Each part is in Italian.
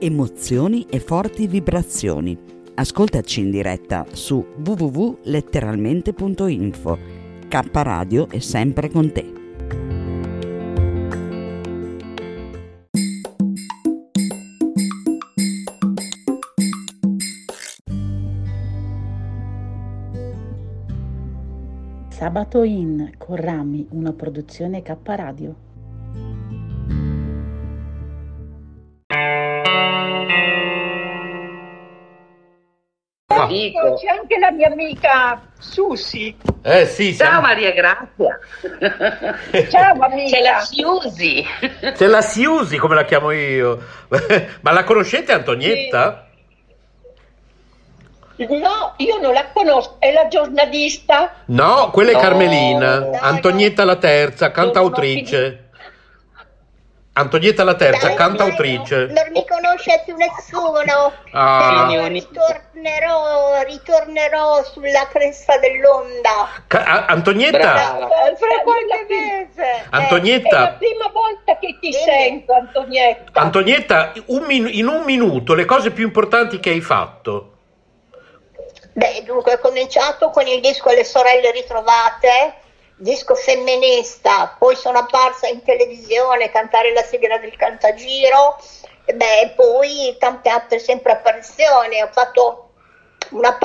emozioni e forti vibrazioni. Ascoltaci in diretta su www.letteralmente.info. K Radio è sempre con te. Sabato in con Rami, una produzione K Radio. Dico, c'è anche la mia amica Susi. Sì, Ciao Maria Grazia. Ciao amica. C'è la Siusi, come la chiamo io. Ma la conoscete Antonietta? No, io non la conosco. È la giornalista? No, quella è No, Carmelina. dai, Antonietta la terza, cantautrice. Antonietta la terza, cantautrice. Non mi conosce più nessuno. Ah. Però ritornerò sulla cresta dell'onda. Antonietta. Fra qualche mese. Antonietta. È la prima volta che ti sento, Antonietta. Antonietta, in un minuto le cose più importanti che hai fatto. Beh, dunque ho cominciato con il disco Le sorelle ritrovate, disco femminista, poi sono apparsa in televisione, cantare la sigla del Cantagiro, e beh, poi tante altre sempre apparizioni. Ho fatto una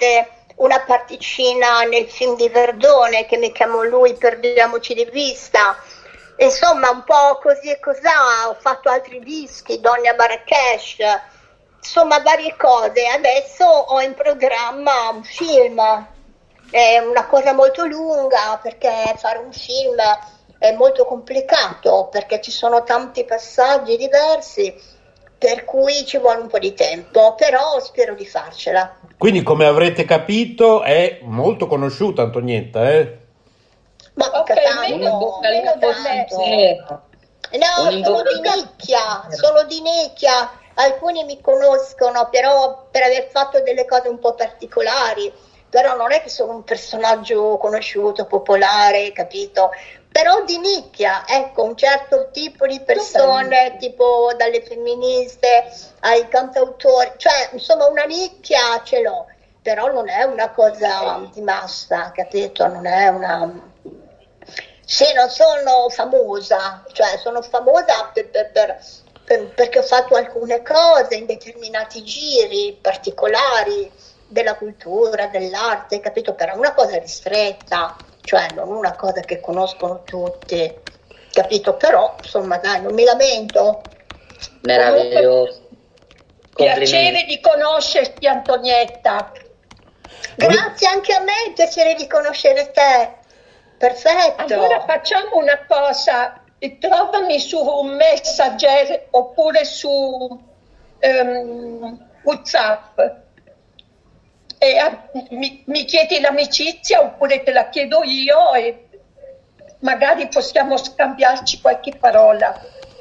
particina nel film di Verdone che mi chiamò lui, Perdiamoci di vista. Insomma, un po' così e cosà. Ho fatto altri dischi, Donna Marrakesh, insomma varie cose. Adesso ho in programma un film. È una cosa molto lunga perché fare un film è molto complicato, perché ci sono tanti passaggi diversi, per cui ci vuole un po' di tempo, però spero di farcela. Quindi, come avrete capito, è molto conosciuta Antonietta, eh? Ma meno tanto. No, sono di nicchia. Alcuni mi conoscono, però per aver fatto delle cose un po' particolari. Però non è che sono un personaggio conosciuto, popolare, capito? Però di nicchia, ecco, un certo tipo di persone, tipo dalle femministe ai cantautori, cioè insomma una nicchia ce l'ho, però non è una cosa di massa, capito? Non è una... Sì, non sono famosa, cioè sono famosa perché ho fatto alcune cose in determinati giri particolari della cultura, dell'arte, capito? Però è una cosa ristretta, cioè non una cosa che conoscono tutti, capito? Però, insomma, dai, non mi lamento. Meraviglioso. Piacere di conoscerti, Antonietta. Grazie anche a me, piacere di conoscere te. Perfetto. Allora facciamo una cosa, trovami su un Messenger oppure su WhatsApp. Mi chiedi l'amicizia oppure te la chiedo io e magari possiamo scambiarci qualche parola.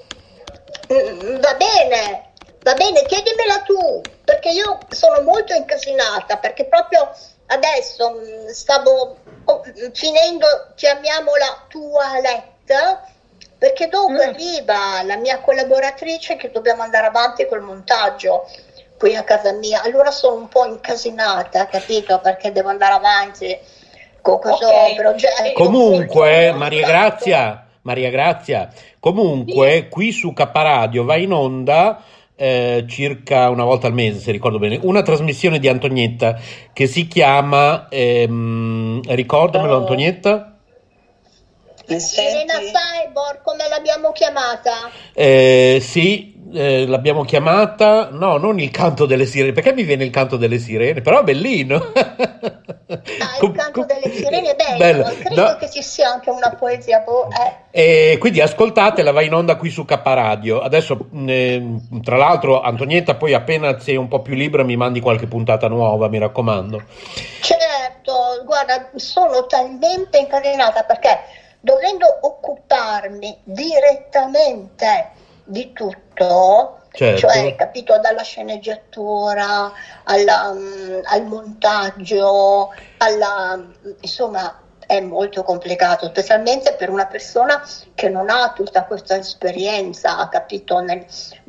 Va bene, chiedimela tu, perché io sono molto incasinata, perché proprio adesso stavo finendo, chiamiamola toilette, perché dopo arriva la mia collaboratrice che dobbiamo andare avanti col montaggio qui a casa mia, allora sono un po' incasinata, capito? Perché devo andare avanti con questo progetto. Comunque, Maria Grazia, comunque qui su K Radio va in onda circa una volta al mese, se ricordo bene, una trasmissione di Antonietta che si chiama, ricordamelo Antonietta? Serena Cyborg, come l'abbiamo chiamata? Sì. L'abbiamo chiamata, no, non il canto delle sirene, perché mi viene il canto delle sirene, però è bellino. Il canto delle sirene è bello. Credo che ci sia anche una poesia. E quindi ascoltatela, va in onda qui su K Radio. Adesso, tra l'altro, Antonietta, poi appena sei un po' più libera mi mandi qualche puntata nuova, mi raccomando. Certo, guarda, sono talmente incatenata perché dovendo occuparmi direttamente di tutto, certo. Cioè, capito, dalla sceneggiatura al montaggio, insomma, è molto complicato, specialmente per una persona che non ha tutta questa esperienza, capito, nel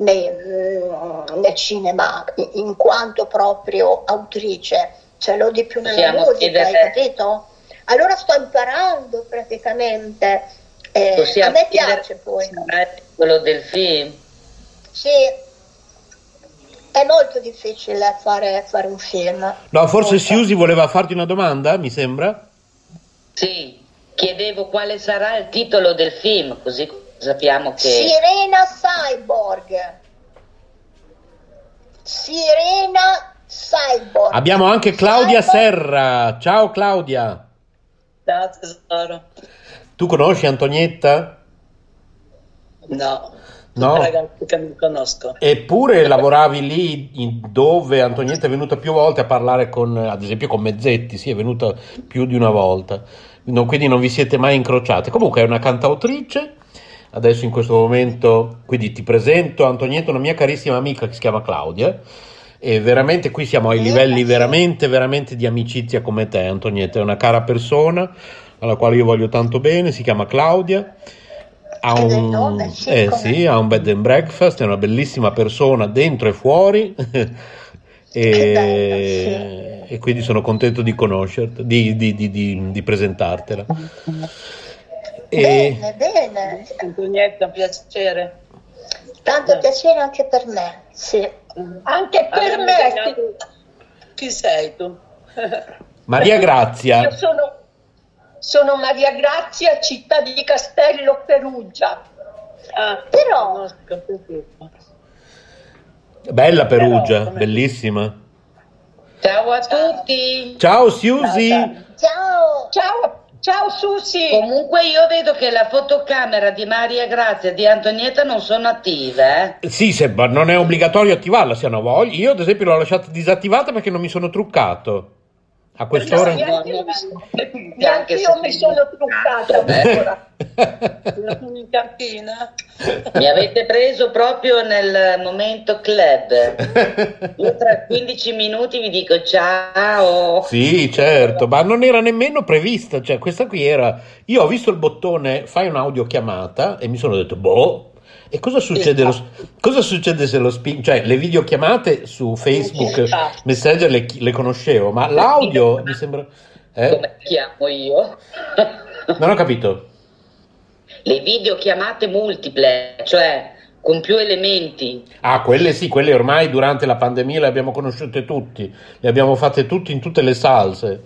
cinema, in quanto proprio autrice, ce l'ho di più nella musica, hai capito? Allora sto imparando praticamente, a me piace poi. Quello del film. Sì, è molto difficile fare un film. No, forse Siusi voleva farti una domanda, mi sembra? Sì, chiedevo quale sarà il titolo del film, così sappiamo che... Sirena Cyborg. Abbiamo anche Claudia Serra. Ciao Claudia. Ciao tesoro. Tu conosci Antonietta? No. No? Ragazzi che non conosco. Eppure lavoravi lì dove Antonietta è venuta più volte a parlare con, ad esempio con Mezzetti, sì, è venuta più di una volta, quindi non vi siete mai incrociate. Comunque è una cantautrice, adesso in questo momento, quindi ti presento Antonietta, una mia carissima amica che si chiama Claudia, e veramente qui siamo ai livelli veramente, veramente di amicizia come te. Antonietta è una cara persona alla quale io voglio tanto bene, si chiama Claudia. Ha un bed and breakfast, è una bellissima persona dentro e fuori e quindi sono contento di conoscerti, di presentartela. Bene. Antonietta, un piacere. Tanto piacere anche per me, sì. Anche per me. Chi sei tu? Maria Grazia. Io sono Maria Grazia, città di Castello, Perugia. Però bella Perugia, bellissima. Ciao a tutti. Ciao Siusi. Ciao Susi. Comunque io vedo che la fotocamera di Maria Grazia e di Antonietta non sono attive. Sì, ma non è obbligatorio attivarla se hanno voglia. Io ad esempio l'ho lasciata disattivata perché non mi sono truccato. A quest'ora Neanche io mi sono truccata. Sono in cantina. Mi avete preso proprio nel momento club. Io tra 15 minuti vi dico ciao. Sì, certo, ma non era nemmeno prevista, cioè questa qui era, io ho visto il bottone fai un'audiochiamata e mi sono detto boh, e cosa succede, cosa succede se lo cioè le videochiamate su Facebook Messenger le conoscevo, ma l'audio mi sembra come chiamo io? Non ho capito. Le videochiamate multiple, cioè con più elementi. Ah, quelle sì, quelle ormai durante la pandemia le abbiamo conosciute tutti, le abbiamo fatte tutti in tutte le salse.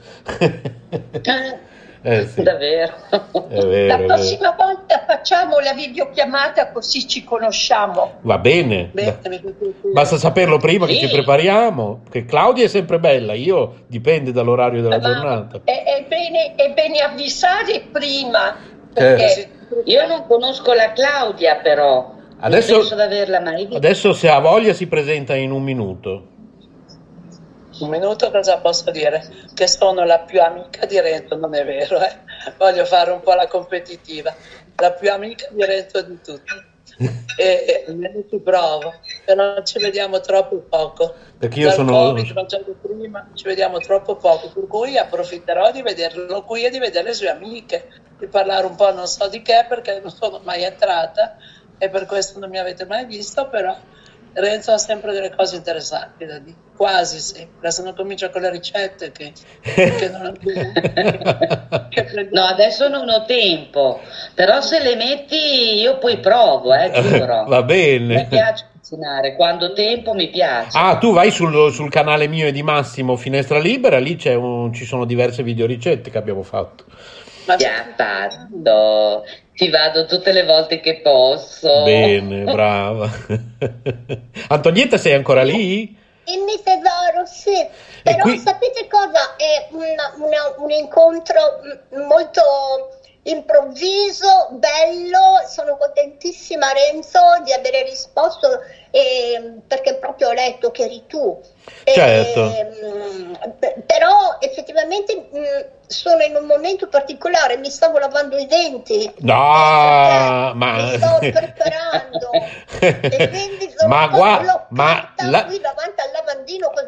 Sì. Davvero. È vero, la prossima volta facciamo la videochiamata così ci conosciamo. Va bene. Basta saperlo prima che ci prepariamo, che Claudia è sempre bella, io dipende dall'orario della giornata. È bene avvisare prima, perché io non conosco la Claudia, però adesso, non penso di averla mai vista. Adesso se ha voglia si presenta in un minuto. Un minuto cosa posso dire? Che sono la più amica di Renzo, non è vero, voglio fare un po' la competitiva, la più amica di Renzo di tutti. E almeno ci provo, però ci vediamo troppo poco. Perché io Covid, prima, ci vediamo troppo poco, per cui approfitterò di vederlo qui e di vedere le sue amiche, di parlare un po' non so di che, perché non sono mai entrata e per questo non mi avete mai visto, però Renzo ha sempre delle cose interessanti da dire, quasi sì. Adesso non comincia con le ricette che non no, adesso non ho tempo, però se le metti io poi provo, giuro. Va bene. Mi piace cucinare, quando ho tempo mi piace. Ah, tu vai sul canale mio e di Massimo Finestra Libera, lì ci sono diverse videoricette che abbiamo fatto. Fatto. Ci vado tutte le volte che posso. Bene, brava. Antonietta, sei ancora lì? Dimmi tesoro, sì. Però sapete cosa? È un incontro molto improvviso, bello. Sono contentissima, Renzo, di avere risposto, perché proprio ho letto che eri tu. Certo. Però effettivamente sono in un momento particolare, mi stavo lavando i denti. No, mi sto preparando e quindi sono bloccata qui davanti al lavandino con i denti fritti.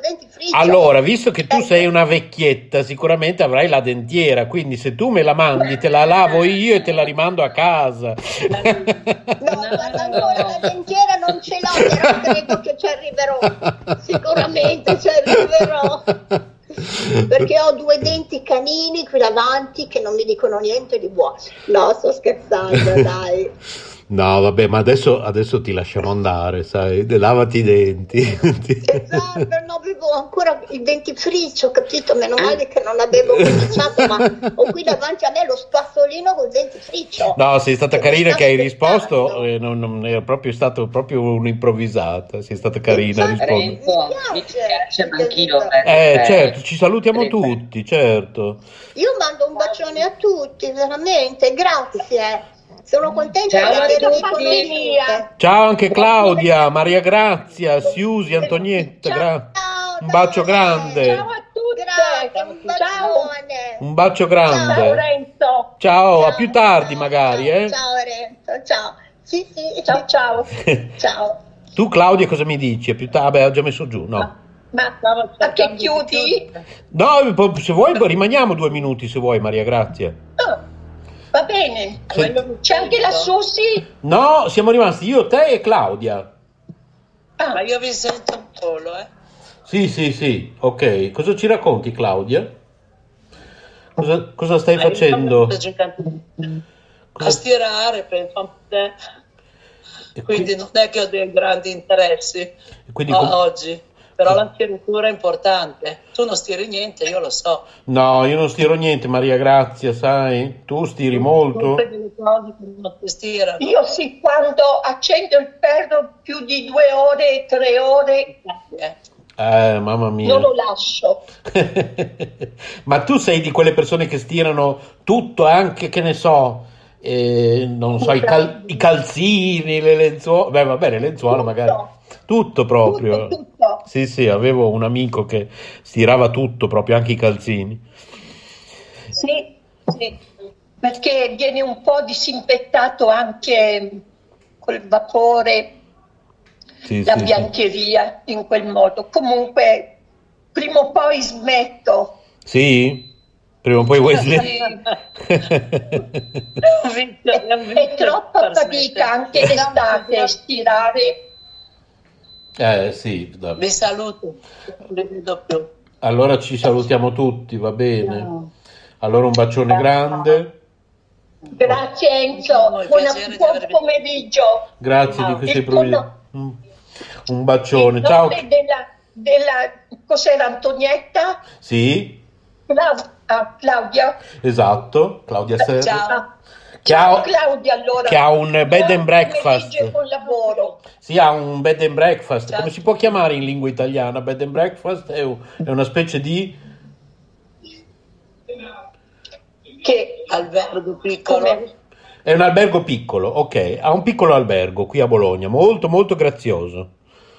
dentifricio. Allora, visto che tu sei una vecchietta, sicuramente avrai la dentiera, quindi se tu me la mandi, te la lavo io e te la rimando a casa. No, guarda, ancora la dentiera non ce l'ho, però credo che ci arriverò. Sicuramente ci arriverò. Perché ho 2 denti canini qui davanti che non mi dicono niente di buono. No, sto scherzando, dai. No, vabbè, ma adesso ti lasciamo andare, sai, lavati i denti. Esatto, no, avevo ancora il dentifricio, capito? Meno male che non avevo cominciato, ma ho qui davanti a me lo spazzolino col dentifricio. No, sei stata carina che hai risposto, non è proprio stato proprio un'improvvisata, sei stata carina a rispondere. Mi piace, ma anch'io. Certo, ci salutiamo tutti, certo. Io mando un bacione a tutti, veramente, grazie. Sono contenta Ciao di avervi a tutti. conosciute. Ciao anche Claudia, Maria Grazia, Siusi, Antonietta, un bacio grande. Ciao a tutti. Grazie, un bacione. Un bacio grande. Ciao Renzo. Ciao, a più tardi magari, Ciao Renzo, ciao. Sì, Ciao ciao. ciao. Tu Claudia cosa mi dici? A più tardi, ho già messo giù, no? Ma che chiudi? No, se vuoi rimaniamo 2 minuti se vuoi Maria Grazia. Oh, va bene. Sì. C'è anche la Susi? No, siamo rimasti io, te e Claudia. Ma io vi sento un solo, Sì, ok. Cosa ci racconti Claudia? Cosa stai facendo? A stirare, penso a te. Quindi non è che ho dei grandi interessi oggi, però la stiratura è importante. Tu non stiri niente, io lo so. No, io non stiro niente, Maria Grazia, sai? Tu stiri molto? Tutte delle cose che non si stirano. Io sì, quando accendo il ferro più di 2 ore, 3 ore, Mamma mia. non lo lascio. Ma tu sei di quelle persone che stirano tutto, anche, che ne so, non so, i calzini, le lenzuola, beh vabbè, le lenzuola magari, tutto proprio. Tutto. Sì, avevo un amico che stirava tutto, proprio anche i calzini. Sì, perché viene un po' disinfettato anche col vapore, la biancheria in quel modo. Comunque, prima o poi smetto. Sì? Prima o poi vuoi smettere? È troppa fatica anche l'estate stirare. Sì, Vi saluto, non vi vedo più. allora ci salutiamo tutti, va bene? Allora un bacione grande. Grazie Enzo, buon pomeriggio. Grazie di questi problemi. Un bacione, In ciao. nome della cos'era Antonietta? Sì, Claudia. Esatto, Claudia Serra. Ciao. Che ha, Claudia, allora. che ha un bed and breakfast. Buon pomeriggio e buon lavoro. Sì, ha un bed and breakfast. Come si può chiamare in lingua italiana? Bed and breakfast è una specie di... Che albergo piccolo. È un albergo piccolo, ok. Ha un piccolo albergo qui a Bologna, molto molto grazioso.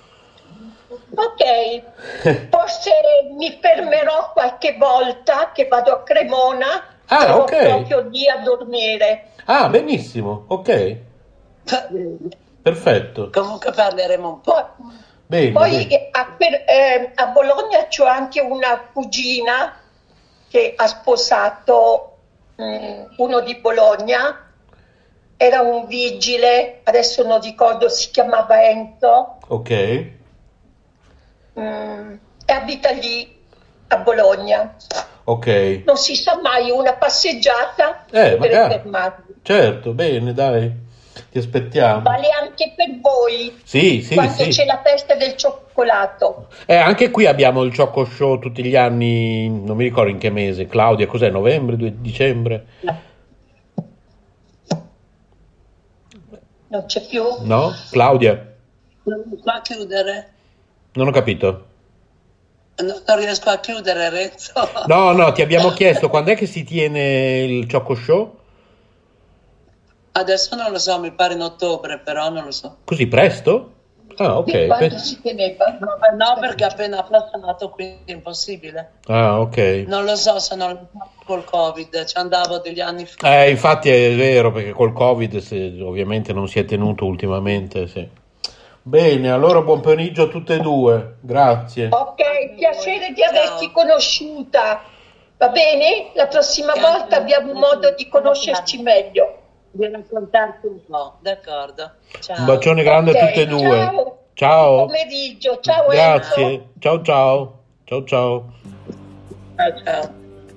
Ok, forse mi fermerò qualche volta che vado a Cremona. Ok. Proprio lì a dormire. Benissimo, ok. Perfetto. Comunque parleremo un po'. Bene, Poi bene. a Bologna c'ho anche una cugina che ha sposato uno di Bologna, era un vigile, adesso non ricordo, si chiamava Enzo, Ok. e abita lì a Bologna. Ok. Non si sa mai, una passeggiata per Magari. fermarmi. Certo, bene, dai. Ti aspettiamo. Vale anche per voi, Sì, quando c'è la festa del cioccolato. Anche qui abbiamo il Choco Show tutti gli anni, non mi ricordo in che mese. Claudia, cos'è? Novembre, dicembre? Non c'è più? No? Claudia? Non riesco a chiudere. Non ho capito. Non riesco a chiudere, Renzo. No, ti abbiamo chiesto quando è che si tiene il Choco Show? Adesso non lo so, mi pare in ottobre, però non lo so. Così presto? Di quando Ok. si teneva? No, perché è appena passato, quindi è impossibile. Ok. Non lo so se non col Covid, ci andavo degli anni fa. Infatti è vero, perché col Covid ovviamente non si è tenuto ultimamente, sì. Bene, allora buon pomeriggio a tutte e due, grazie. Ok, piacere di averti conosciuta. Va bene? La prossima volta abbiamo modo di conoscerci meglio. Di raccontarti un po', d'accordo. Ciao. Un bacione grande a tutte e due. Ciao. Ciao. Buon pomeriggio. Ciao Grazie. Enzo. Ciao ciao. Ciao ciao. Ciao.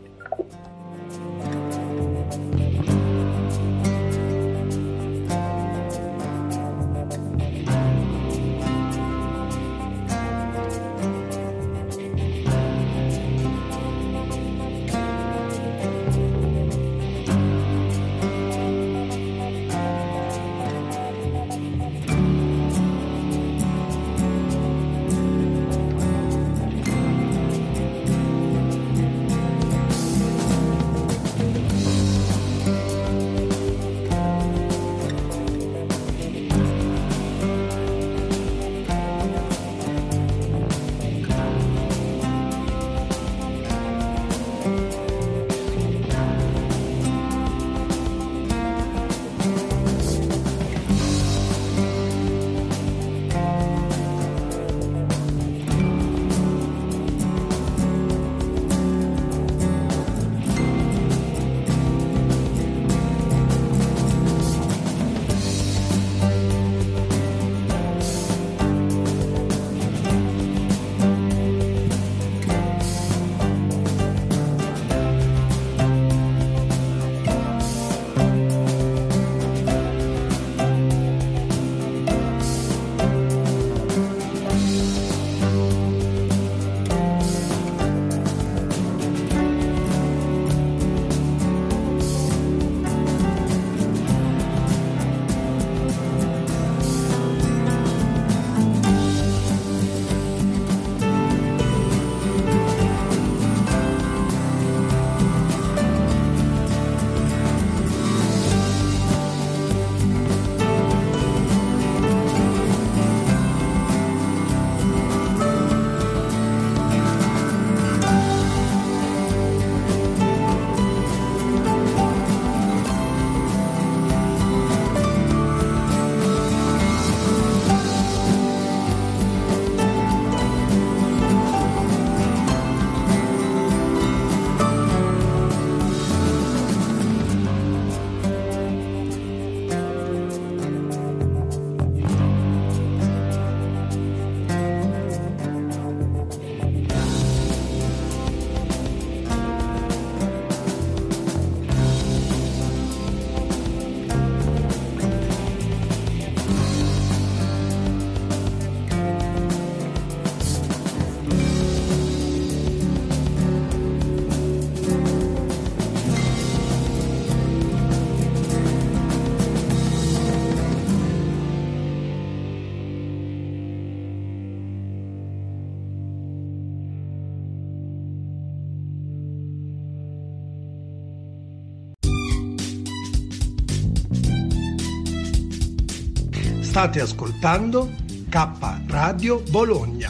State ascoltando K Radio Bologna.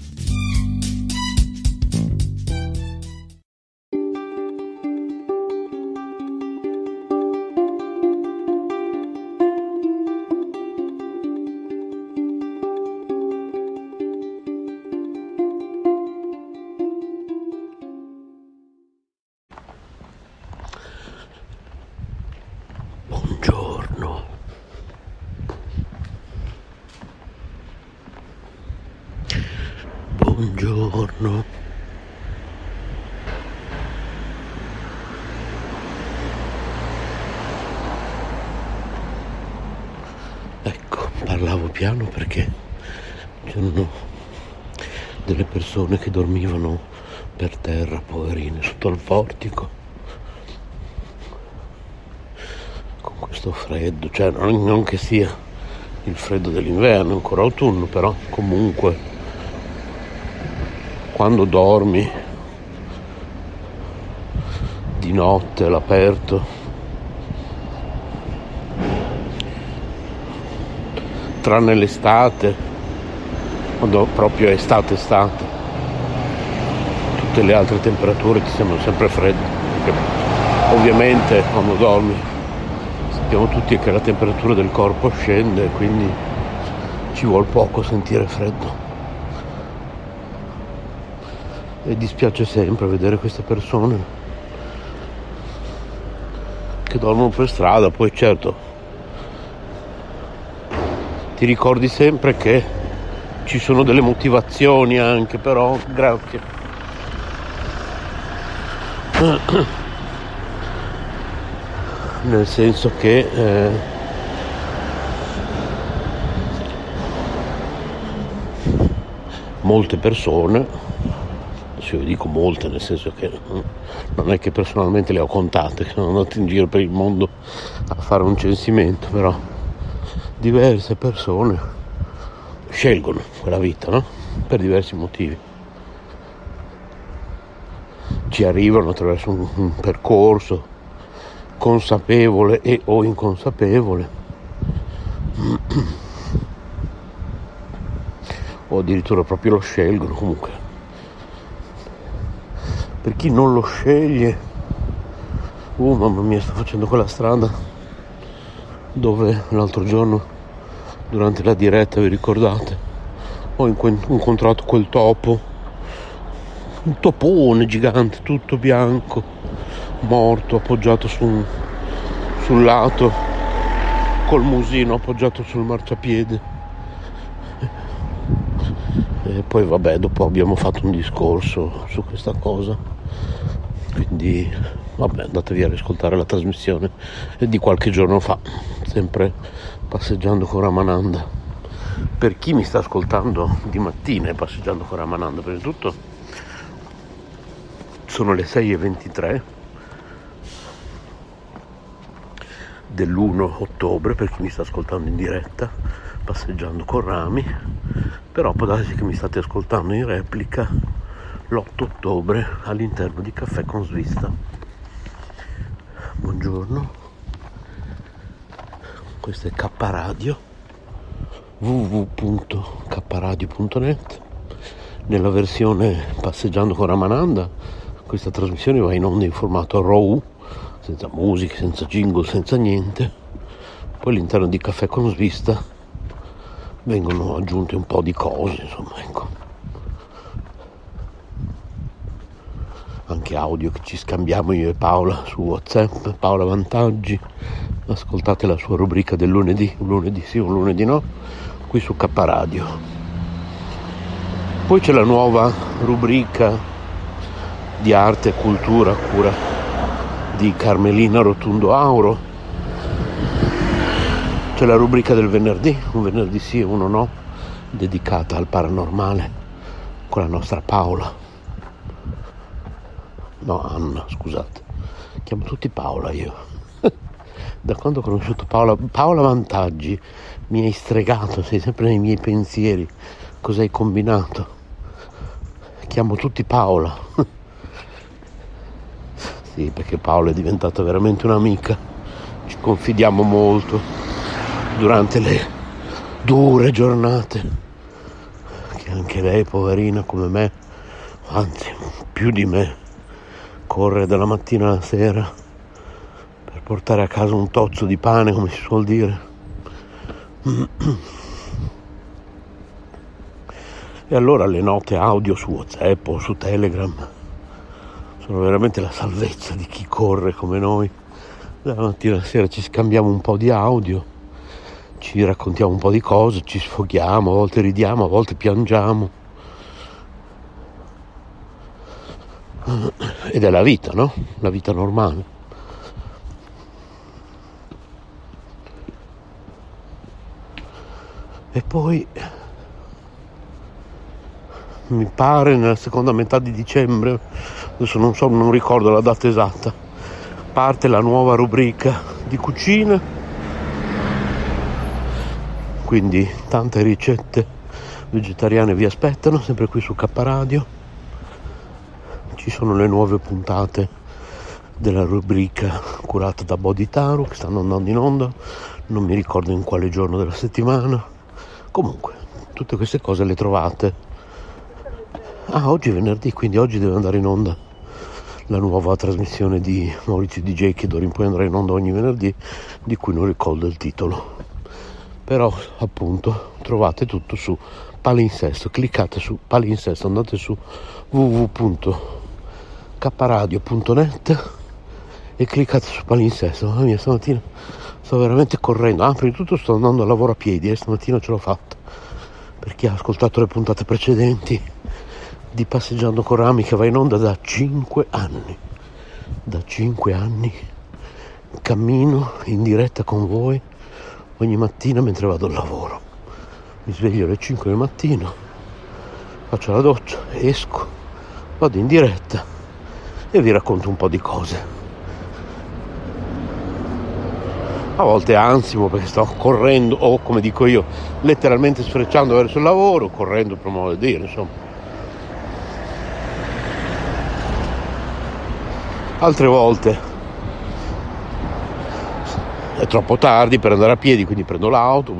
Buongiorno. Buongiorno. Ecco, parlavo piano perché c'erano delle persone che dormivano per terra, poverine, sotto al portico. Con questo freddo, cioè non che sia il freddo dell'inverno, è ancora autunno, però comunque quando dormi di notte all'aperto, tranne l'estate, quando proprio è estate, tutte le altre temperature ti sembrano sempre fredde, perché ovviamente quando dormi sappiamo tutti che la temperatura del corpo scende, quindi ci vuol poco sentire freddo. E dispiace sempre vedere queste persone che dormono per strada. Poi certo ti ricordi sempre che ci sono delle motivazioni anche, però grazie. Nel senso che molte persone, io dico molte nel senso che non è che personalmente le ho contate, che sono andato in giro per il mondo a fare un censimento, però diverse persone scelgono quella vita, no? Per diversi motivi. Ci arrivano attraverso un percorso consapevole e o inconsapevole, o addirittura proprio lo scelgono. Comunque, per chi non lo sceglie, mamma mia, sto facendo quella strada dove l'altro giorno durante la diretta, vi ricordate, ho incontrato quel topo, un topone gigante, tutto bianco, morto, appoggiato sul lato, col musino appoggiato sul marciapiede. E poi vabbè, dopo abbiamo fatto un discorso su questa cosa, quindi vabbè, andatevi a riascoltare la trasmissione di qualche giorno fa, sempre passeggiando con Ramananda. Per chi mi sta ascoltando di mattina e passeggiando con Ramananda, prima di tutto sono le 6:23 dell'1 ottobre, per chi mi sta ascoltando in diretta passeggiando con Rami, però può darsi che mi state ascoltando in replica l'8 ottobre all'interno di Caffè con Svista. Buongiorno, questo è K Radio, www.kradio.net. Nella versione passeggiando con Ramananda questa trasmissione va in onda in formato RAW, senza musica, senza jingle, senza niente. Poi all'interno di Caffè con Svista vengono aggiunte un po' di cose, insomma, ecco. Anche audio che ci scambiamo io e Paola su WhatsApp. Paola Vantaggi, ascoltate la sua rubrica del lunedì, un lunedì sì, un lunedì no, qui su K Radio. Poi c'è la nuova rubrica di arte e cultura a cura di Carmelina Rotundo Auro. C'è la rubrica del venerdì, un venerdì sì e uno no, dedicata al paranormale con la nostra Paola. No, Anna, scusate, chiamo tutti Paola io. Da quando ho conosciuto Paola Vantaggi mi hai stregato, sei sempre nei miei pensieri. Cosa hai combinato? Chiamo tutti Paola. Sì, perché Paola è diventata veramente un'amica, ci confidiamo molto durante le dure giornate che anche lei, poverina come me, anzi più di me, corre dalla mattina alla sera per portare a casa un tozzo di pane, come si suol dire. E allora le note audio su WhatsApp o su Telegram sono veramente la salvezza di chi corre come noi. Dalla mattina alla sera ci scambiamo un po' di audio, ci raccontiamo un po' di cose, ci sfoghiamo, a volte ridiamo, a volte piangiamo. Ed è la vita, no? La vita normale. E poi mi pare nella seconda metà di dicembre, adesso non ricordo la data esatta, parte la nuova rubrica di cucina. Quindi tante ricette vegetariane vi aspettano, sempre qui su K Radio. Ci sono le nuove puntate della rubrica curata da Bodhitaru che stanno andando in onda, non mi ricordo in quale giorno della settimana. Comunque, tutte queste cose le trovate. Oggi è venerdì, quindi oggi deve andare in onda la nuova trasmissione di Maurizio DJ, che d'ora in poi andrà in onda ogni venerdì, di cui non ricordo il titolo. Però appunto trovate tutto su Palinsesto, cliccate su Palinsesto, andate su www.kradio.net e cliccate su Palinsesto. Mamma mia, stamattina sto veramente correndo. Prima di tutto sto andando a lavoro a piedi e stamattina ce l'ho fatta. Per chi ha ascoltato le puntate precedenti di Passeggiando con Rami, che va in onda da 5 anni. Da 5 anni cammino in diretta con voi ogni mattina mentre vado al lavoro. Mi sveglio alle 5 del mattino, faccio la doccia, esco, vado in diretta e vi racconto un po' di cose. A volte ansimo perché sto correndo, o come dico io, letteralmente sfrecciando verso il lavoro, correndo per modo di dire, insomma. Altre volte è troppo tardi per andare a piedi, quindi prendo l'autobus.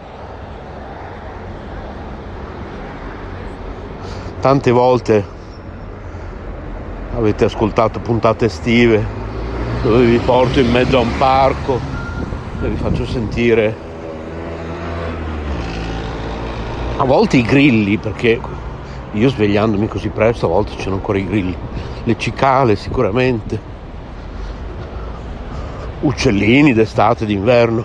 Tante volte avete ascoltato puntate estive dove vi porto in mezzo a un parco e vi faccio sentire a volte i grilli, perché io svegliandomi così presto a volte c'erano ancora i grilli, le cicale sicuramente, uccellini d'estate, d'inverno.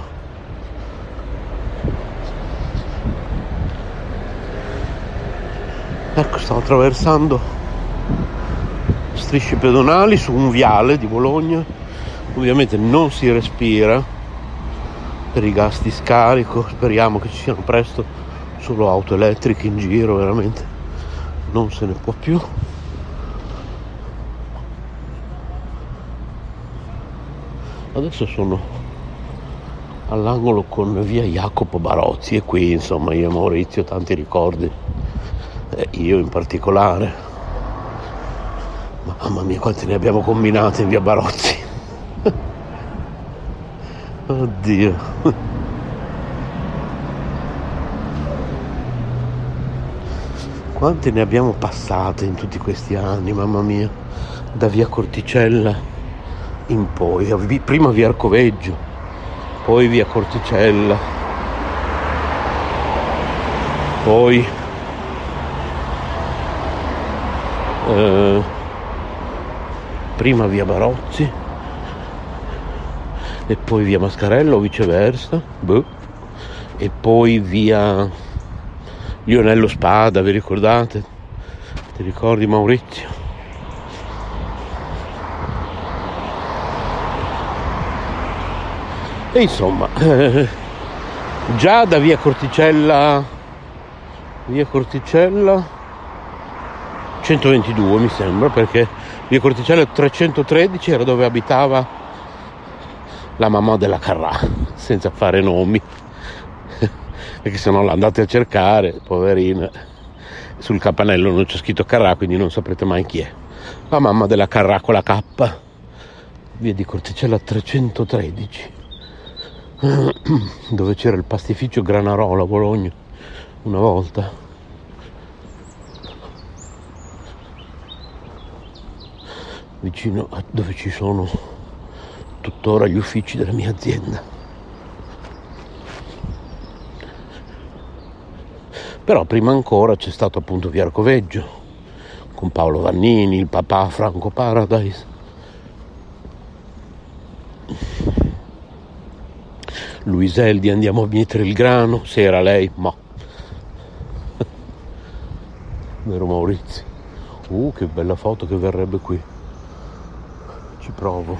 Ecco, stavo attraversando strisce pedonali su un viale di Bologna. Ovviamente non si respira per i gas di scarico, speriamo che ci siano presto solo auto elettriche in giro, veramente non se ne può più. Adesso sono all'angolo con via Jacopo Barozzi e qui insomma io e Maurizio tanti ricordi, io in particolare. Mamma mia, quanti ne abbiamo combinati in via Barozzi. Oddio. Quanti ne abbiamo passate in tutti questi anni, mamma mia, da via Corticella in poi, prima via Arcoveggio, poi via Corticella, poi prima via Barozzi e poi via Mascarello o viceversa, e poi via Lionello Spada, vi ricordate? Ti ricordi, Maurizio? E insomma, già da via Corticella 122 mi sembra, perché via Corticella 313 era dove abitava la mamma della Carrà, senza fare nomi, perché se no l'andate a cercare, poverina, sul campanello non c'è scritto Carrà, quindi non saprete mai chi è. La mamma della Carrà con la K, via di Corticella 313, dove c'era il pastificio Granarola a Bologna una volta. Vicino a dove ci sono tuttora gli uffici della mia azienda. Però prima ancora c'è stato appunto via Arcoveggio con Paolo Vannini, il papà Franco Paradise, Luiseldi, andiamo a mietere il grano, se era lei, ma vero Maurizio? Che bella foto che verrebbe qui, ci provo.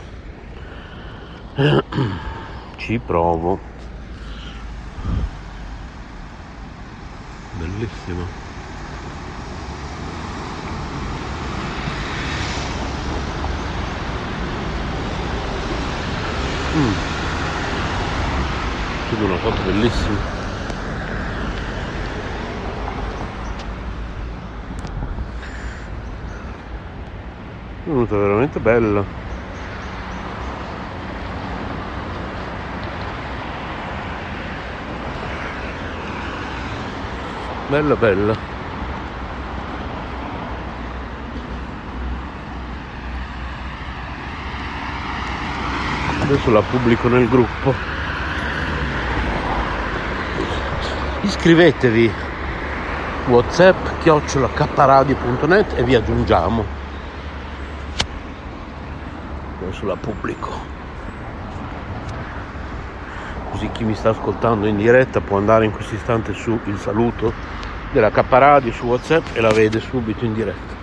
Bellissimo. C'è una foto bellissima. È venuta veramente bella. Bella bella. Adesso la pubblico nel gruppo. iscrivetevi whatsapp@kpradio.net e vi aggiungiamo. Adesso la pubblico, così chi mi sta ascoltando in diretta può andare in questo istante su il saluto della K Radio su WhatsApp e la vede subito in diretta.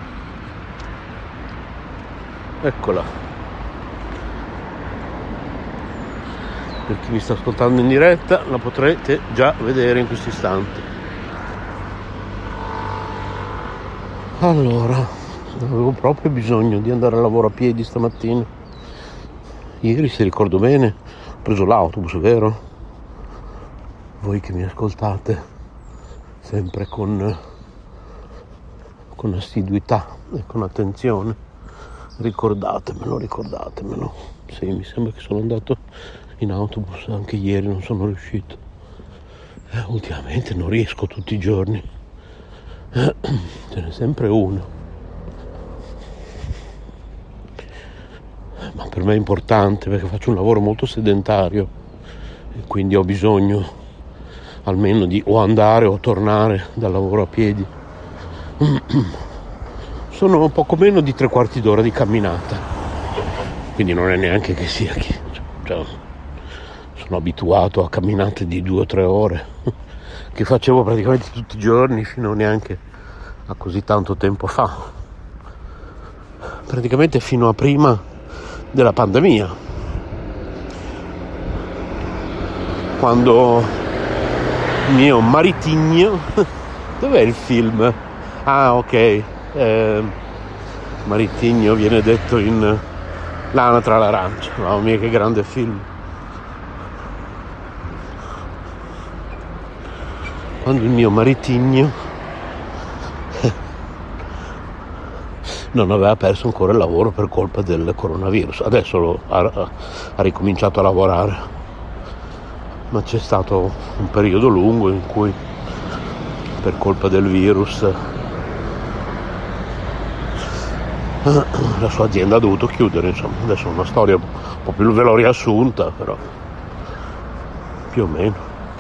Eccola. Per chi mi sta ascoltando in diretta la potrete già vedere in questo istante. Allora, avevo proprio bisogno di andare a lavoro a piedi stamattina. Ieri, se ricordo bene, ho preso l'autobus, vero? Voi che mi ascoltate sempre con assiduità e con attenzione, ricordatemelo. Sì, mi sembra che sono andato in autobus anche ieri, non sono riuscito. Ultimamente non riesco tutti i giorni, ce n'è sempre uno. Ma per me è importante perché faccio un lavoro molto sedentario e quindi ho bisogno almeno di o andare o tornare dal lavoro a piedi. Sono poco meno di 3/4 d'ora di camminata, quindi non è neanche che sia sono abituato a camminate di 2 o 3 ore che facevo praticamente tutti i giorni fino neanche a così tanto tempo fa, praticamente fino a prima della pandemia, quando mio maritigno dov'è il film? Ah, ok, maritigno viene detto in L'anatra all'arancia. Mamma mia, che grande film. Quando il mio maritigno non aveva perso ancora il lavoro per colpa del coronavirus. Adesso ha ricominciato a lavorare, ma c'è stato un periodo lungo in cui per colpa del virus la sua azienda ha dovuto chiudere, insomma. Adesso è una storia un po' più ve l'ho riassunta, però più o meno.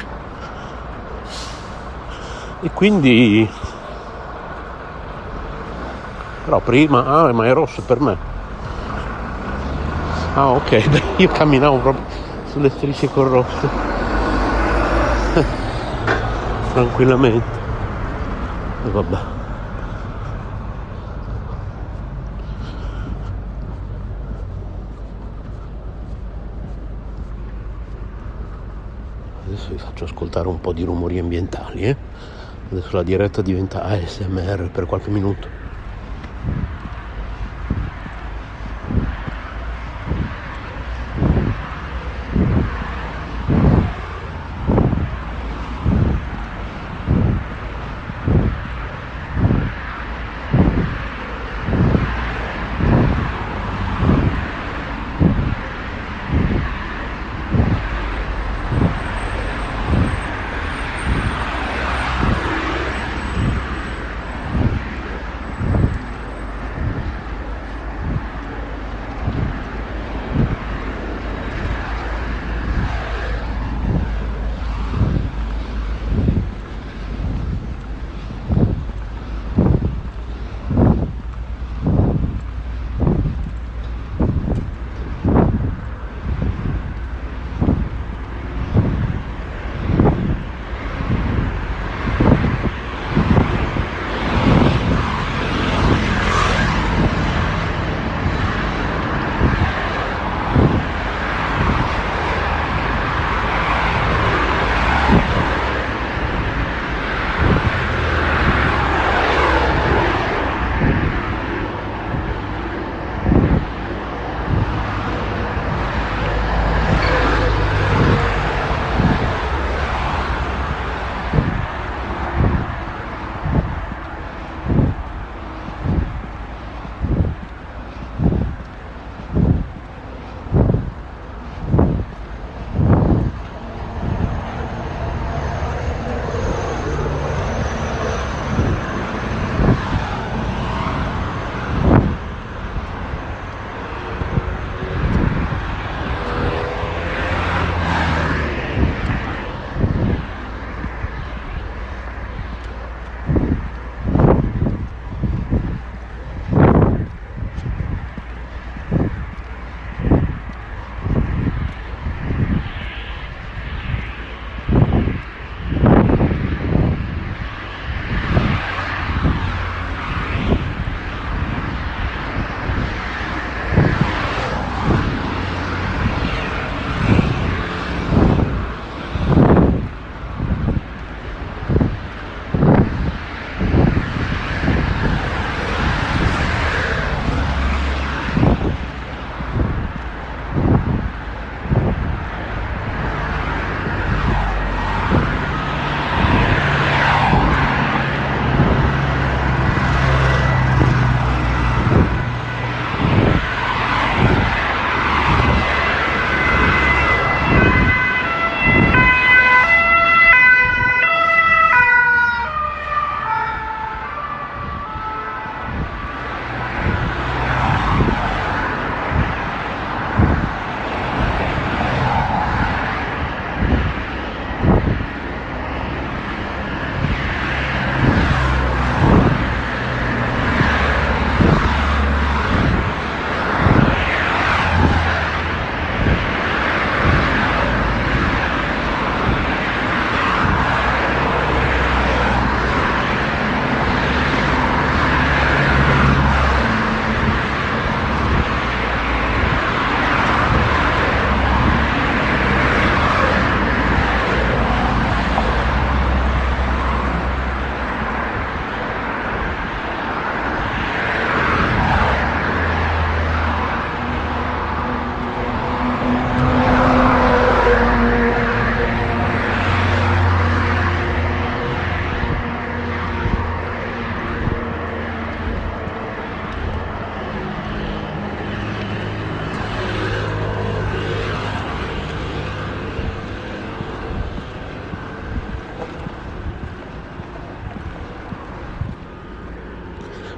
E quindi però prima, ma è rosso per me. Ah, ok, beh, io camminavo proprio sulle strisce col rosso tranquillamente. E vabbè. Adesso vi faccio ascoltare un po' di rumori ambientali, Adesso la diretta diventa ASMR per qualche minuto.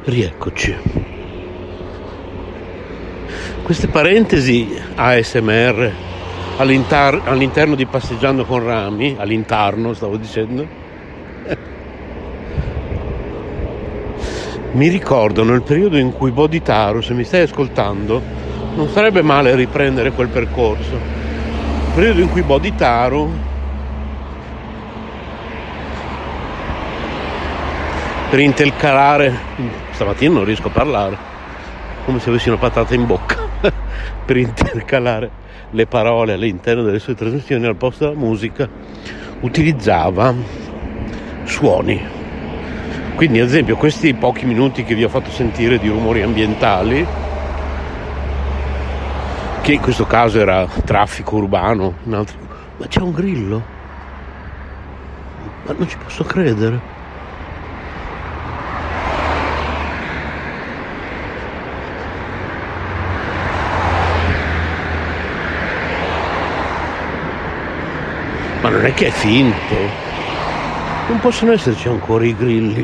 Rieccoci. Queste parentesi ASMR all'interno di Passeggiando con Rami, all'interno stavo dicendo, mi ricordano il periodo in cui Bodhitaro, se mi stai ascoltando, non sarebbe male riprendere quel percorso. Il periodo in cui Bodhitaro, per intercalare, stamattina non riesco a parlare, come se avessi una patata in bocca, per intercalare le parole all'interno delle sue trasmissioni al posto della musica, utilizzava suoni. Quindi, ad esempio, questi pochi minuti che vi ho fatto sentire di rumori ambientali, che in questo caso era traffico urbano, ma c'è un grillo? Ma non ci posso credere. Ma non è che è finto, non possono esserci ancora i grilli.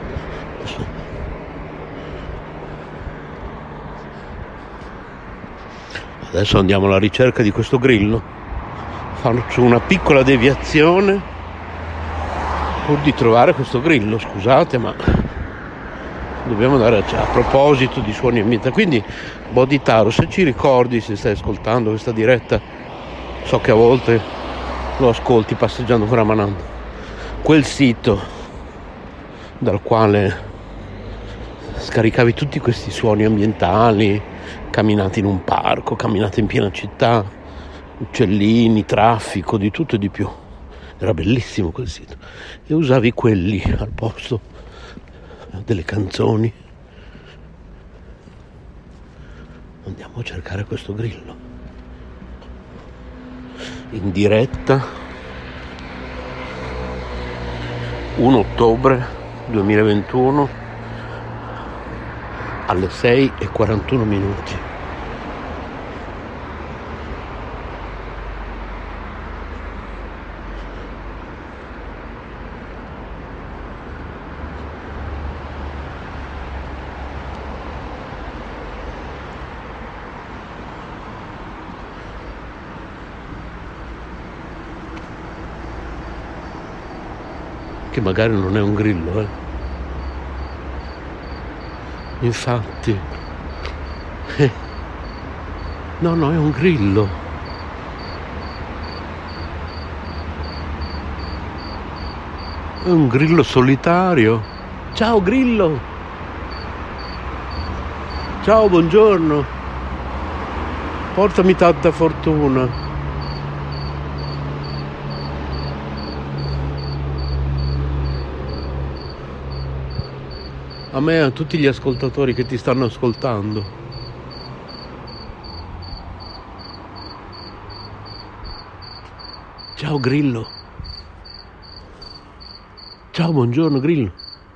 Adesso andiamo alla ricerca di questo grillo. Faccio una piccola deviazione pur di trovare questo grillo. Scusate, ma dobbiamo andare a proposito di suoni ambientali. Quindi, Bodhitaro, se ci ricordi, se stai ascoltando questa diretta, so che a volte lo ascolti passeggiando con Ramananda, quel sito dal quale scaricavi tutti questi suoni ambientali, camminate in un parco, camminate in piena città, uccellini, traffico, di tutto e di più. Era bellissimo quel sito, e usavi quelli al posto delle canzoni. Andiamo a cercare questo grillo in diretta 1 ottobre 2021 alle 6:41. Che magari non è un grillo, infatti no, è un grillo. È un grillo solitario. Ciao grillo, ciao, buongiorno, portami tanta fortuna. A me e a tutti gli ascoltatori che ti stanno ascoltando. Ciao grillo. Ciao, buongiorno grillo.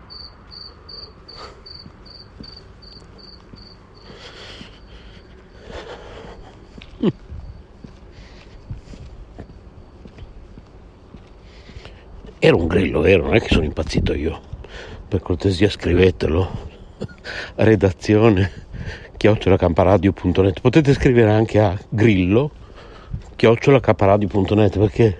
Era un grillo vero, non è che sono impazzito io. Per cortesia scrivetelo, redazione @camparadio.net. Potete scrivere anche a grillo @camparadio.net, perché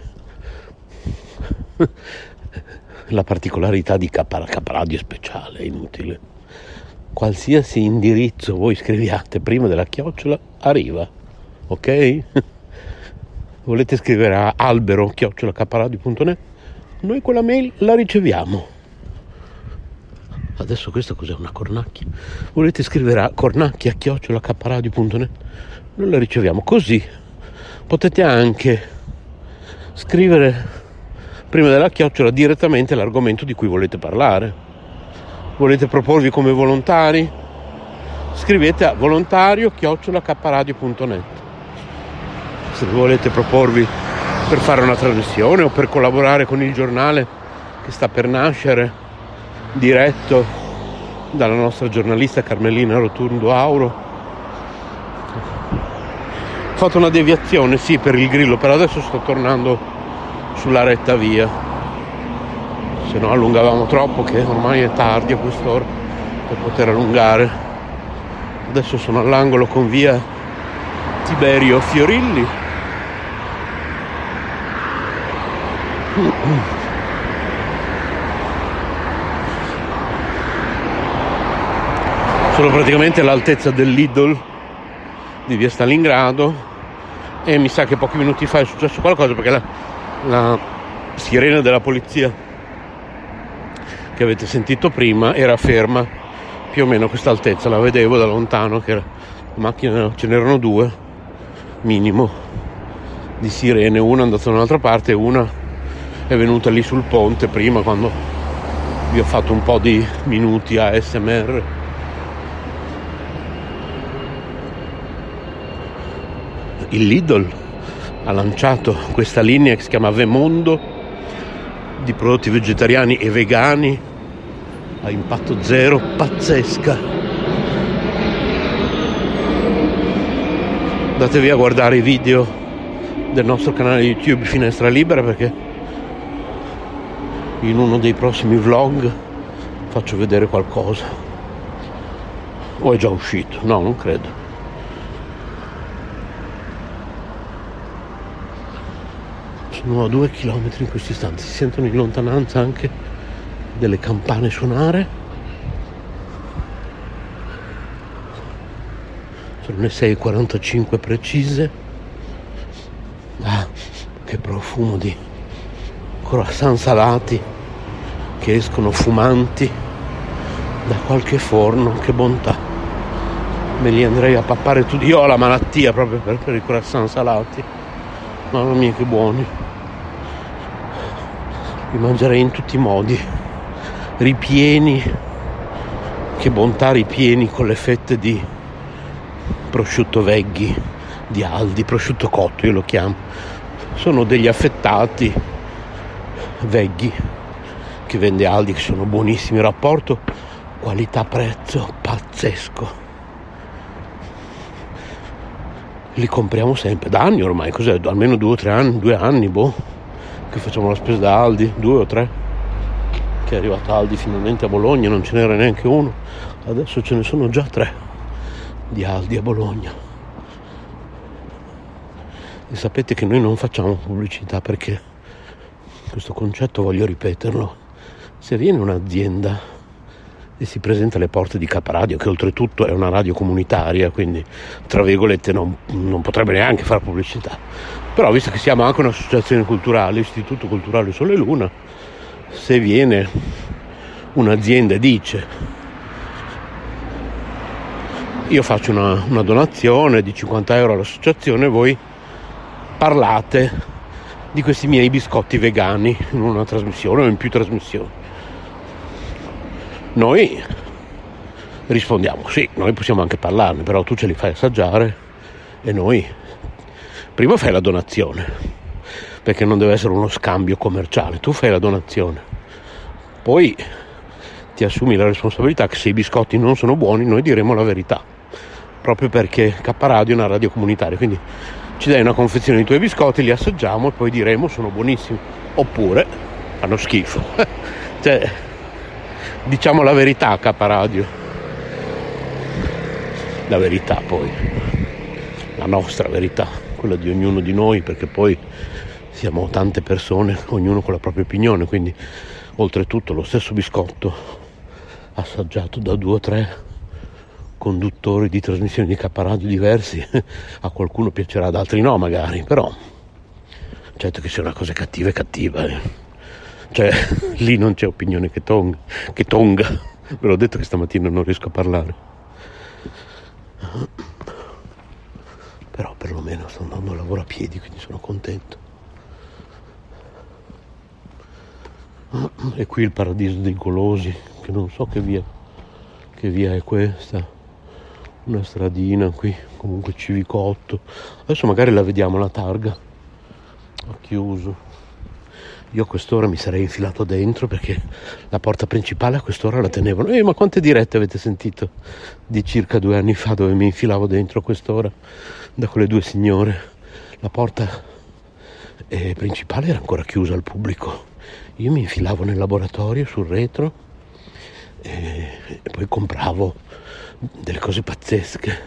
la particolarità di Camparadio è speciale, è inutile. Qualsiasi indirizzo voi scriviate prima della chiocciola arriva, ok? Volete scrivere a albero@camparadio.net, noi quella mail la riceviamo. Adesso questa cos'è, una cornacchia? Volete scrivere a cornacchia@camparadio.net, noi la riceviamo. Così potete anche scrivere prima della chiocciola direttamente l'argomento di cui volete parlare. Volete proporvi come volontari? Scrivete a volontario@camparadio.net. Se volete proporvi per fare una trasmissione o per collaborare con il giornale che sta per nascere, diretto dalla nostra giornalista Carmelina Rotundo Auro. Ho fatto una deviazione, sì, per il grillo, però adesso sto tornando sulla retta via, se no allungavamo troppo, che ormai è tardi a quest'ora. per poter allungare. Adesso sono all'angolo con via Tiberio Fiorilli. Sono praticamente all'altezza del Lidl di via Stalingrado e mi sa che pochi minuti fa è successo qualcosa, perché la sirena della polizia che avete sentito prima era ferma più o meno a questa altezza, la vedevo da lontano che la macchina, ce n'erano due minimo di sirene, una è andata da un'altra parte e una è venuta lì sul ponte prima, quando vi ho fatto un po' di minuti ASMR. Il Lidl ha lanciato questa linea che si chiama Vemondo di prodotti vegetariani e vegani a impatto zero, pazzesca. Andatevi a guardare i video del nostro canale YouTube Finestra Libera, perché in uno dei prossimi vlog faccio vedere qualcosa. O è già uscito? No, non credo. Sono a 2 chilometri in questi istanti, si sentono in lontananza anche delle campane suonare. Sono le 6:45 precise. Ah, che profumo di croissant salati che escono fumanti da qualche forno, che bontà. Me li andrei a pappare tutti. Io ho la malattia proprio per i croissant salati. Mamma mia, che buoni. Li mangerei in tutti i modi, ripieni, che bontà, ripieni con le fette di prosciutto veggie di Aldi, prosciutto cotto io lo chiamo. Sono degli affettati veggie che vende Aldi, che sono buonissimi, rapporto qualità-prezzo pazzesco. Li compriamo sempre, da anni ormai, cos'è? Almeno 2 o 3 anni, 2 anni, che facciamo la spesa da Aldi, 2 o 3, che è arrivato Aldi finalmente a Bologna, non ce n'era neanche uno, adesso ce ne sono già 3 di Aldi a Bologna. E sapete che noi non facciamo pubblicità, perché questo concetto, voglio ripeterlo, se viene un'azienda e si presenta alle porte di Kappa Radio, che oltretutto è una radio comunitaria, quindi tra virgolette non potrebbe neanche fare pubblicità, però visto che siamo anche un'associazione culturale, Istituto Culturale Sole Luna, se viene un'azienda e dice: io faccio una donazione di 50 euro all'associazione, voi parlate di questi miei biscotti vegani in una trasmissione o in più trasmissioni, noi rispondiamo sì, noi possiamo anche parlarne, però tu ce li fai assaggiare e noi prima fai la donazione, perché non deve essere uno scambio commerciale, tu fai la donazione, poi ti assumi la responsabilità che se i biscotti non sono buoni noi diremo la verità, proprio perché Kappa Radio è una radio comunitaria, quindi ci dai una confezione di tuoi biscotti, li assaggiamo e poi diremo sono buonissimi oppure fanno schifo. Cioè, diciamo la verità a Kappa Radio, la verità, poi la nostra verità, quella di ognuno di noi, perché poi siamo tante persone, ognuno con la propria opinione, quindi oltretutto lo stesso biscotto assaggiato da 2 o 3 conduttori di trasmissioni di Kappa Radio diversi a qualcuno piacerà, ad altri no magari, però certo che se una cosa cattiva è cattiva, cioè lì non c'è opinione che tonga. Ve l'ho detto che stamattina non riesco a parlare, però perlomeno sto andando a lavoro a piedi, quindi sono contento. E qui il paradiso dei golosi, che non so che via è questa, una stradina qui, comunque Civicotto. Adesso magari la vediamo la targa, ha chiuso. Io a quest'ora mi sarei infilato dentro, perché la porta principale a quest'ora la tenevano. Ma quante dirette avete sentito di circa 2 anni fa dove mi infilavo dentro a quest'ora da quelle 2 signore? La porta principale era ancora chiusa al pubblico. Io mi infilavo nel laboratorio sul retro e e poi compravo delle cose pazzesche,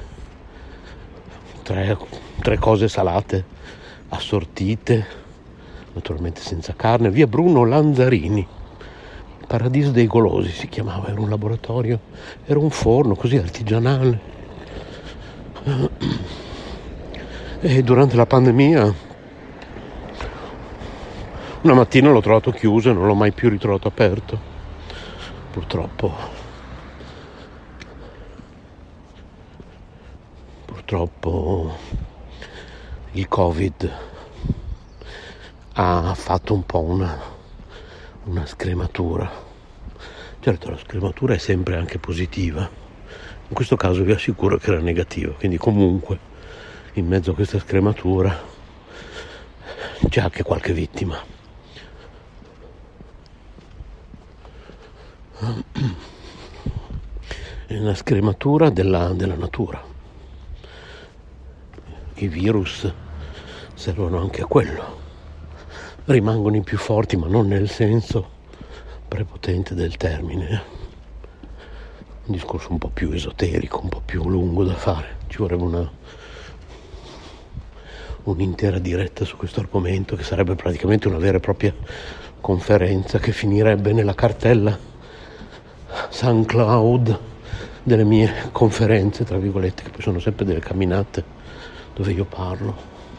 tre cose salate assortite, naturalmente senza carne. Via Bruno Lanzarini, Paradiso dei Golosi si chiamava, era un laboratorio, era un forno così artigianale. E durante la pandemia una mattina l'ho trovato chiuso e non l'ho mai più ritrovato aperto, purtroppo il Covid ha fatto un po' una scrematura. Certo, la scrematura è sempre anche positiva, in questo caso vi assicuro che era negativa, quindi comunque in mezzo a questa scrematura c'è anche qualche vittima. È una scrematura della natura. I virus servono anche a quello, rimangono i più forti, ma non nel senso prepotente del termine. Un discorso un po' più esoterico, un po' più lungo da fare, ci vorrebbe un'intera diretta su questo argomento, che sarebbe praticamente una vera e propria conferenza che finirebbe nella cartella SoundCloud delle mie conferenze, tra virgolette, che poi sono sempre delle camminate dove io parlo.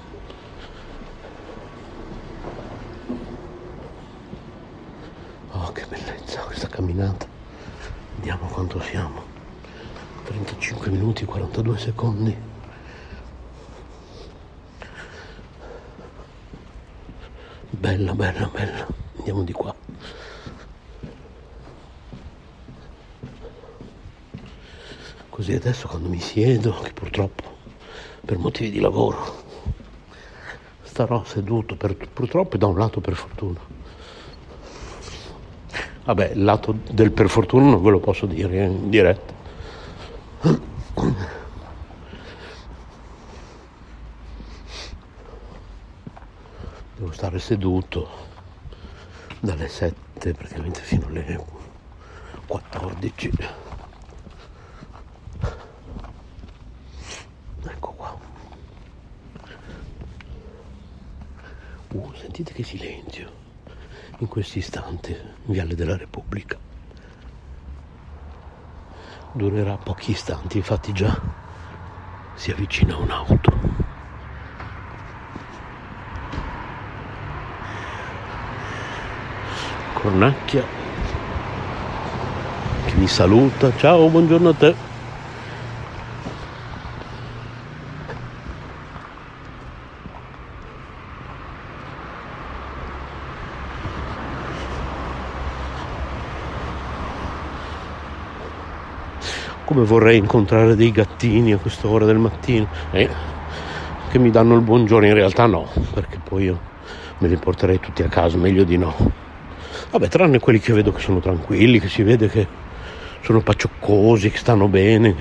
Oh, che bellezza questa camminata. Vediamo quanto siamo. 35 minuti e 42 secondi. Bella, bella, bella. Andiamo di qua. Così adesso quando mi siedo, che purtroppo per motivi di lavoro starò seduto purtroppo, e da un lato per fortuna. Vabbè, il lato del per fortuna non ve lo posso dire in diretta. Devo stare seduto dalle 7 praticamente fino alle 14. Ecco qua. Sentite che silenzio in questo istante in Viale della Repubblica. Durerà pochi istanti, infatti già si avvicina un'auto. Cornacchia che mi saluta. Ciao, buongiorno a te. Come vorrei incontrare dei gattini a quest'ora del mattino che mi danno il buongiorno. In realtà no, perché poi io me li porterei tutti a casa, meglio di no. Vabbè, tranne quelli che vedo che sono tranquilli, che si vede che sono paccioccosi, che stanno bene,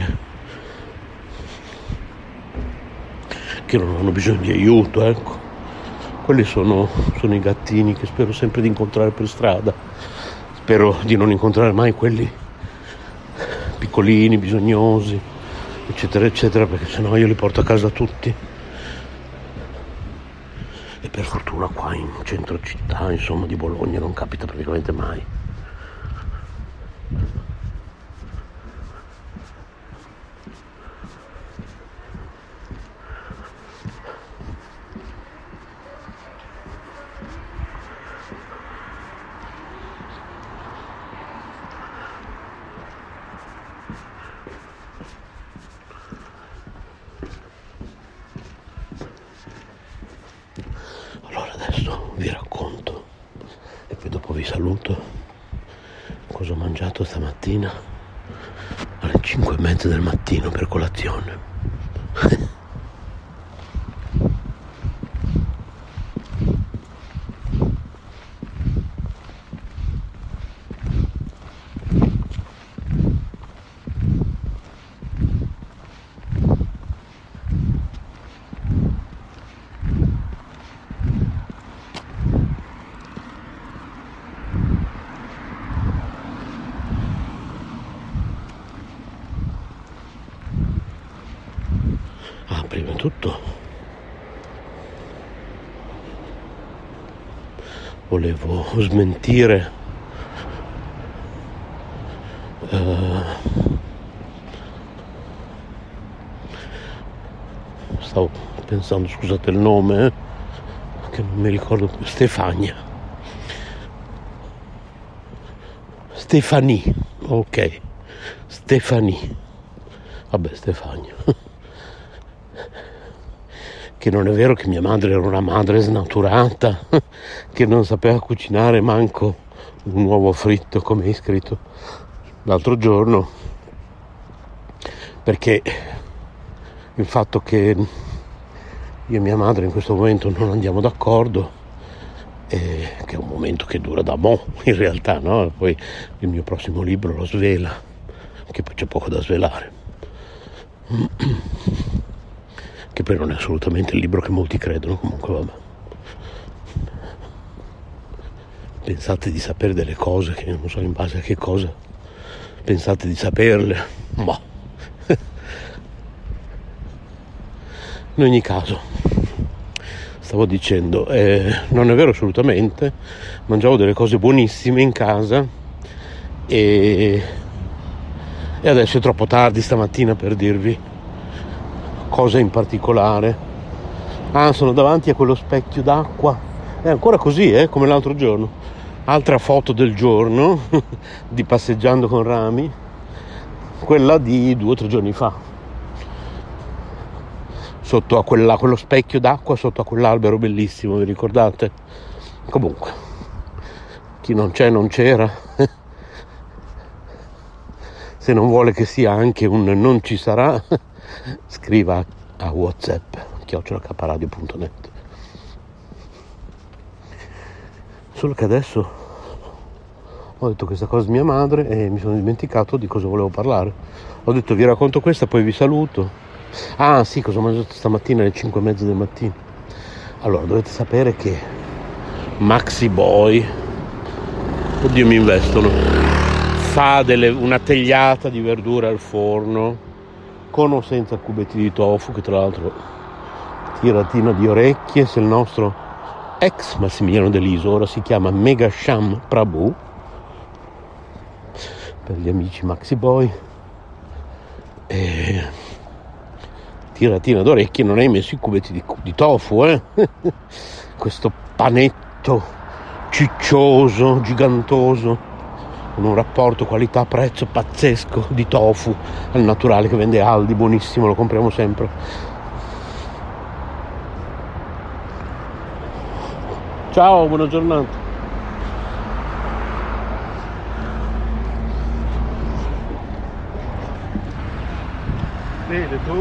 che non hanno bisogno di aiuto, ecco. Quelli sono i gattini che spero sempre di incontrare per strada. Spero di non incontrare mai quelli piccolini, bisognosi, eccetera eccetera, perché sennò io li porto a casa tutti. E per fortuna qua in centro città, insomma, di Bologna non capita praticamente mai. Allora adesso vi racconto e poi dopo vi saluto cosa ho mangiato stamattina alle 5:30 del mattino per colazione. tutto volevo smentire stavo pensando, scusate il nome, che non mi ricordo più, Stefania, Stefania, ok, Stefania, vabbè, Stefania, che non è vero che mia madre era una madre snaturata, che non sapeva cucinare manco un uovo fritto, come hai scritto l'altro giorno, perché il fatto che io e mia madre in questo momento non andiamo d'accordo, che è un momento che dura da mo', in realtà, no? Poi il mio prossimo libro lo svela, che poi c'è poco da svelare, che poi non è assolutamente il libro che molti credono, comunque vabbè. Pensate di sapere delle cose che non so in base a che cosa pensate di saperle, ma in ogni caso stavo dicendo, non è vero assolutamente, mangiavo delle cose buonissime in casa e adesso è troppo tardi stamattina per dirvi cosa in particolare. Sono davanti a quello specchio d'acqua, è ancora così, come l'altro giorno. Altra foto del giorno di passeggiando con Rami, quella di 2 o 3 giorni fa, sotto a quello specchio d'acqua, sotto a quell'albero bellissimo, vi ricordate? Comunque, chi non c'è non c'era. Se non vuole che sia anche un non ci sarà, scriva a WhatsApp @capparadio.net. Solo che adesso ho detto questa cosa di mia madre e mi sono dimenticato di cosa volevo parlare. Ho detto vi racconto questa, poi vi saluto. Sì, cosa ho mangiato stamattina alle 5:30 del mattino. Allora, dovete sapere che Maxi Boy, oddio mi investono, fa una tegliata di verdure al forno con o senza cubetti di tofu, che tra l'altro tiratina di orecchie, se il nostro ex Massimiliano Deliso ora si chiama Megasham Prabhu, per gli amici Maxi Boy, e tiratina d'orecchie, non hai messo i cubetti di tofu, questo panetto ciccioso, gigantoso, con un rapporto qualità-prezzo pazzesco di tofu al naturale che vende Aldi, buonissimo, lo compriamo sempre. Ciao, buona giornata. Bene, tu?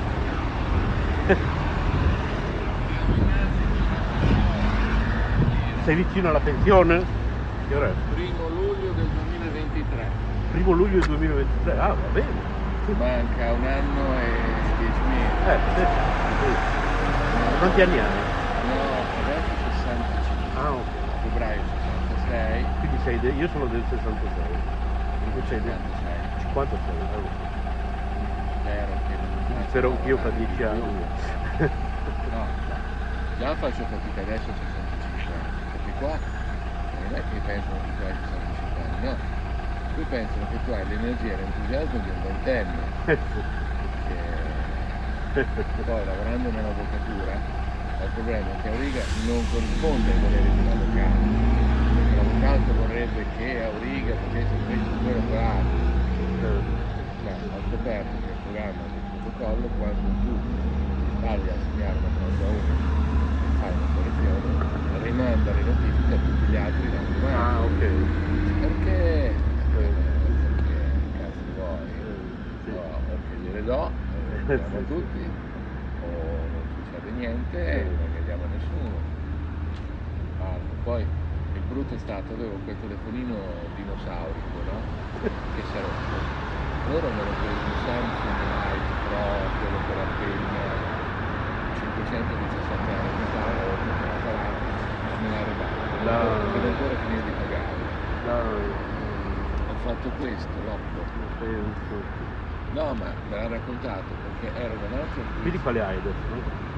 Sei vicino alla pensione? Che ora è? 1 luglio del 2023. 1 luglio del 2023, va bene. Manca 1 anno e 10 mesi. Sì. Quanti anni hai? No, adesso 65. Ok. Febbraio 66. Quindi io sono del 66. Tu sei del 56. Spero che io fa 10 anni. No, già faccio fatica adesso a 65 anni, perché qua non è che pensano che tu hai 65 anni, no. Qui pensano che tu hai l'energia e l'entusiasmo di un ventenne. Poi lavorando nell'avvocatura il problema è che Auriga non corrisponde ai voleri dell'avvocato. L'avvocato vorrebbe che Auriga facesse questo e quello per altro. Ho scoperto che il programma del protocollo, quando tu ti sbagli a segnare una cosa a uno, fai una correzione, rimanda le notifiche a tutti gli altri da domani. Ok. Perché cazzo vuoi? O che gliele do, a tutti, o non succede niente e non vediamo a nessuno. Poi il brutto è stato, avevo quel telefonino dinosaurico, no? Che si è rotto. Loro me lo preso un Samsung Light Pro, quello con la penna, 517 euro che stava, ho comprato, me l'ha regalato, devo ancora finire di pagare. Ho fatto questo, l'oppo. No, ma me l'ha raccontato perché era da un altro. Quindi quale hai adesso?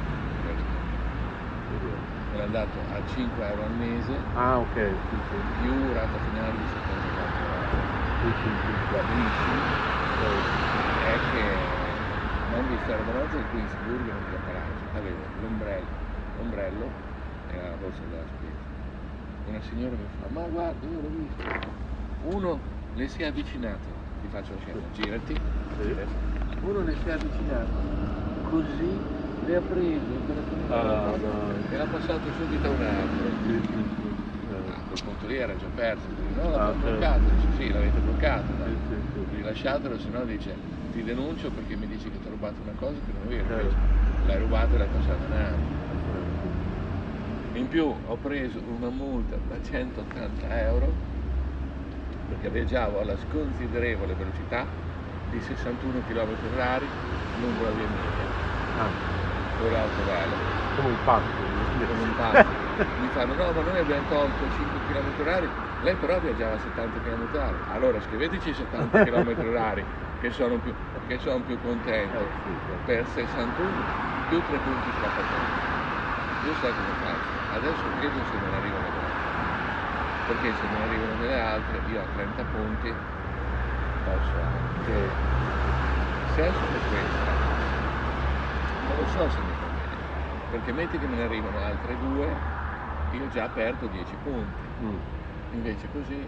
Me l'ha dato a 5 euro al mese. Ah, ok. Sì, sì. Più rata finale di 74 euro. Sì, sì, sì. Va benissimo. È che non vi stare davanti al Queensburg non ti apparato. Avevo l'ombrello e la borsa della spesa. Una signora mi fa, ma guarda, io l'ho visto. Uno le si è avvicinato, ti faccio la scena, girati. Sì. Uno le si è avvicinato, così le ha preso e l'ha passato subito a un altro. A quel punto lì era già perso, no, l'avete bloccato, dice sì, l'avete bloccato, rilasciatelo, se no dice ti denuncio perché mi dici che ti ho rubato una cosa che non è vero, l'hai rubato e l'hai passato un altro. In più ho preso una multa da 180 euro perché viaggiavo alla sconsiderevole velocità di 61 km/h lungo la via Emilia. Con l'autovello. Come un pazzo. Mi fanno no, ma noi abbiamo tolto 5 km/h, lei però viaggiava a 70 km/h. Allora scriveteci 70 km/h che sono più contento. Per 61 più 3 punti sulla patente. Io sai cosa faccio? Adesso vedo se non arrivano delle altre. Perché se non arrivano delle altre io a 30 punti posso anche. Se è solo questa, non lo so se mi conviene. Perché metti che me ne arrivano altre 2, io già perdo 10 punti. Invece così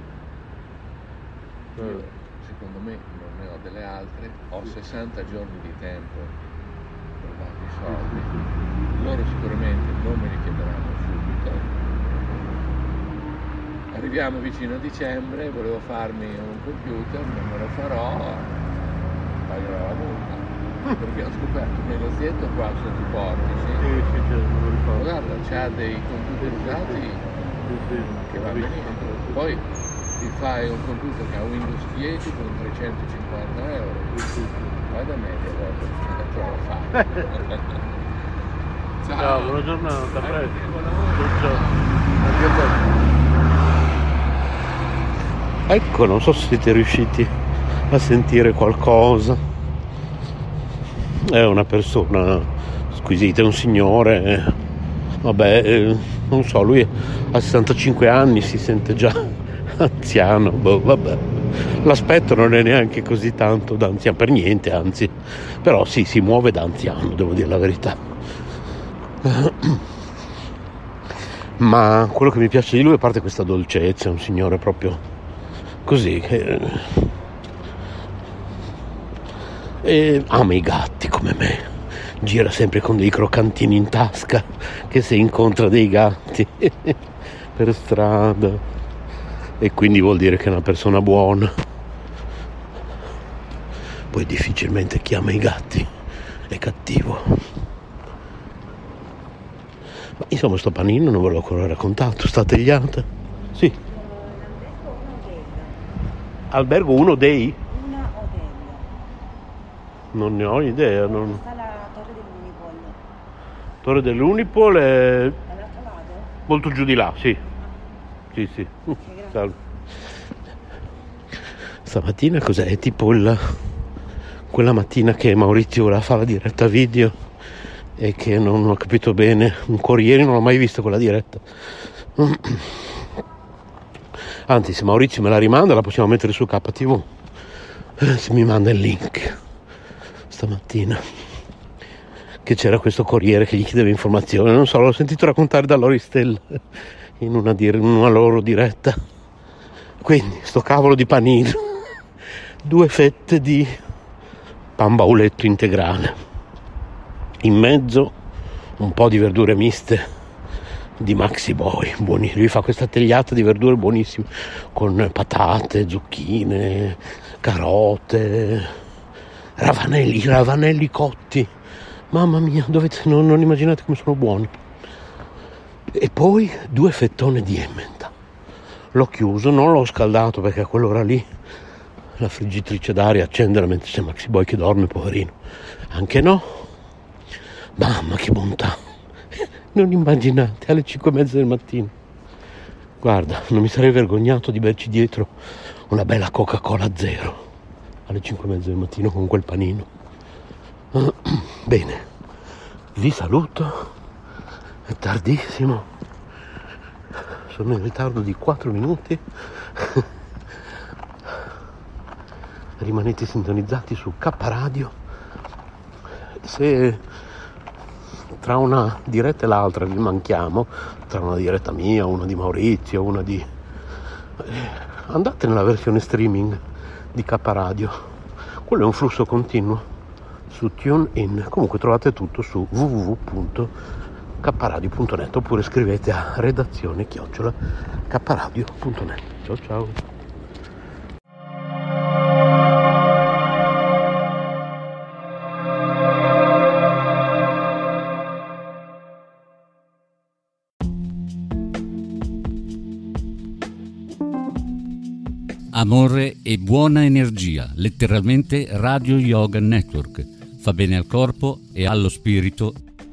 io, secondo me non ne ho delle altre, ho 60 giorni di tempo per darmi i soldi. Loro sicuramente non me li chiederanno subito. Arriviamo vicino a dicembre, volevo farmi un computer, non me lo farò, pagherò la multa. Perché ho scoperto un negozietto qua sotto i portici. Sì, non lo ricordo. Guarda, c'ha dei computer usati che va benissimo. Poi ti fai un computer che ha Windows 10 con 350 euro. Vai da me che volta, trova fare. Ciao, buona giornata, a presto. Ecco, non so se siete riusciti a sentire qualcosa. È una persona squisita, è un signore, vabbè, non so, lui ha 65 anni, si sente già anziano, vabbè. L'aspetto non è neanche così tanto da anziano, per niente, anzi, però sì, si muove da anziano, devo dire la verità. Ma quello che mi piace di lui, a parte questa dolcezza, è un signore proprio così, che ama i gatti come me, gira sempre con dei croccantini in tasca, che se incontra dei gatti per strada, e quindi vuol dire che è una persona buona. Poi difficilmente chi ama i gatti è cattivo. Ma insomma, sto panino non ve l'ho ancora raccontato, sta tagliata? Sì. Albergo 1 dei? Non ne ho idea. Non... Sta la torre dell'Unipol. Torre dell'Unipol è Dall'altro lato? molto giù di là, sì. Sì, sì. Salve. Stamattina cos'è? È tipo quella mattina che Maurizio voleva fare la diretta video e che non ho capito bene. Un Corriere non l'ho mai visto quella diretta. Anzi, se Maurizio me la rimanda la possiamo mettere su KTV. Se mi manda il link. Stamattina che c'era questo Corriere che gli chiedeva informazioni, non so, l'ho sentito raccontare da Loristella in una loro diretta. Quindi sto cavolo di panino, 2 fette di pan bauletto integrale, in mezzo un po' di verdure miste di Maxi Boy, buonissimo. Lui fa questa tagliata di verdure buonissime con patate, zucchine, carote, ravanelli cotti, mamma mia, non immaginate come sono buoni. E poi 2 fettone di Emmental. L'ho chiuso, non l'ho scaldato perché a quell'ora lì la friggitrice d'aria accendere mentre c'è Maxi Boy che dorme, poverino. Anche no. Mamma che bontà, non immaginate, alle 5:30 del mattino. Guarda, non mi sarei vergognato di berci dietro una bella Coca-Cola zero. alle 5:30 del mattino con quel panino. Bene, vi saluto, è tardissimo, sono in ritardo di 4 minuti. Rimanete sintonizzati su K Radio. Se tra una diretta e l'altra vi manchiamo, tra una diretta mia, una di Maurizio, una di... andate nella versione streaming di K Radio, quello è un flusso continuo su TuneIn. Comunque trovate tutto su www.kradio.net oppure scrivete a redazione@kradio.net. Ciao ciao. Amore e buona energia, letteralmente Radio Yoga Network. Fa bene al corpo e allo spirito.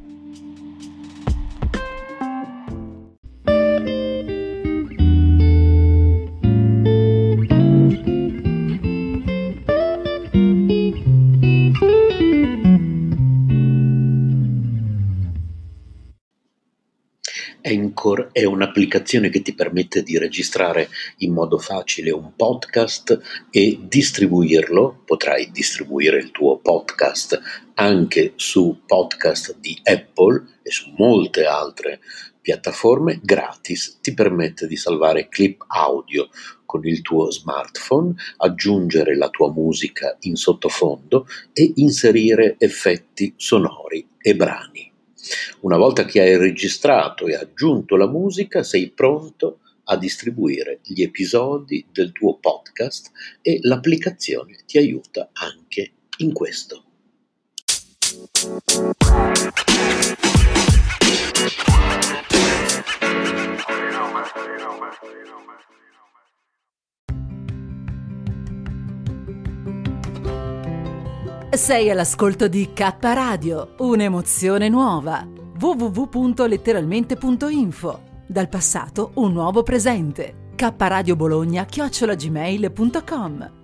Anchor è un'applicazione che ti permette di registrare in modo facile un podcast e distribuirlo. Potrai distribuire il tuo podcast anche su podcast di Apple e su molte altre piattaforme gratis. Ti permette di salvare clip audio con il tuo smartphone, aggiungere la tua musica in sottofondo e inserire effetti sonori e brani. Una volta che hai registrato e aggiunto la musica, sei pronto a distribuire gli episodi del tuo podcast e l'applicazione ti aiuta anche in questo. Sei all'ascolto di K Radio, un'emozione nuova. www.letteralmente.info. Dal passato un nuovo presente. kradiobologna@gmail.com.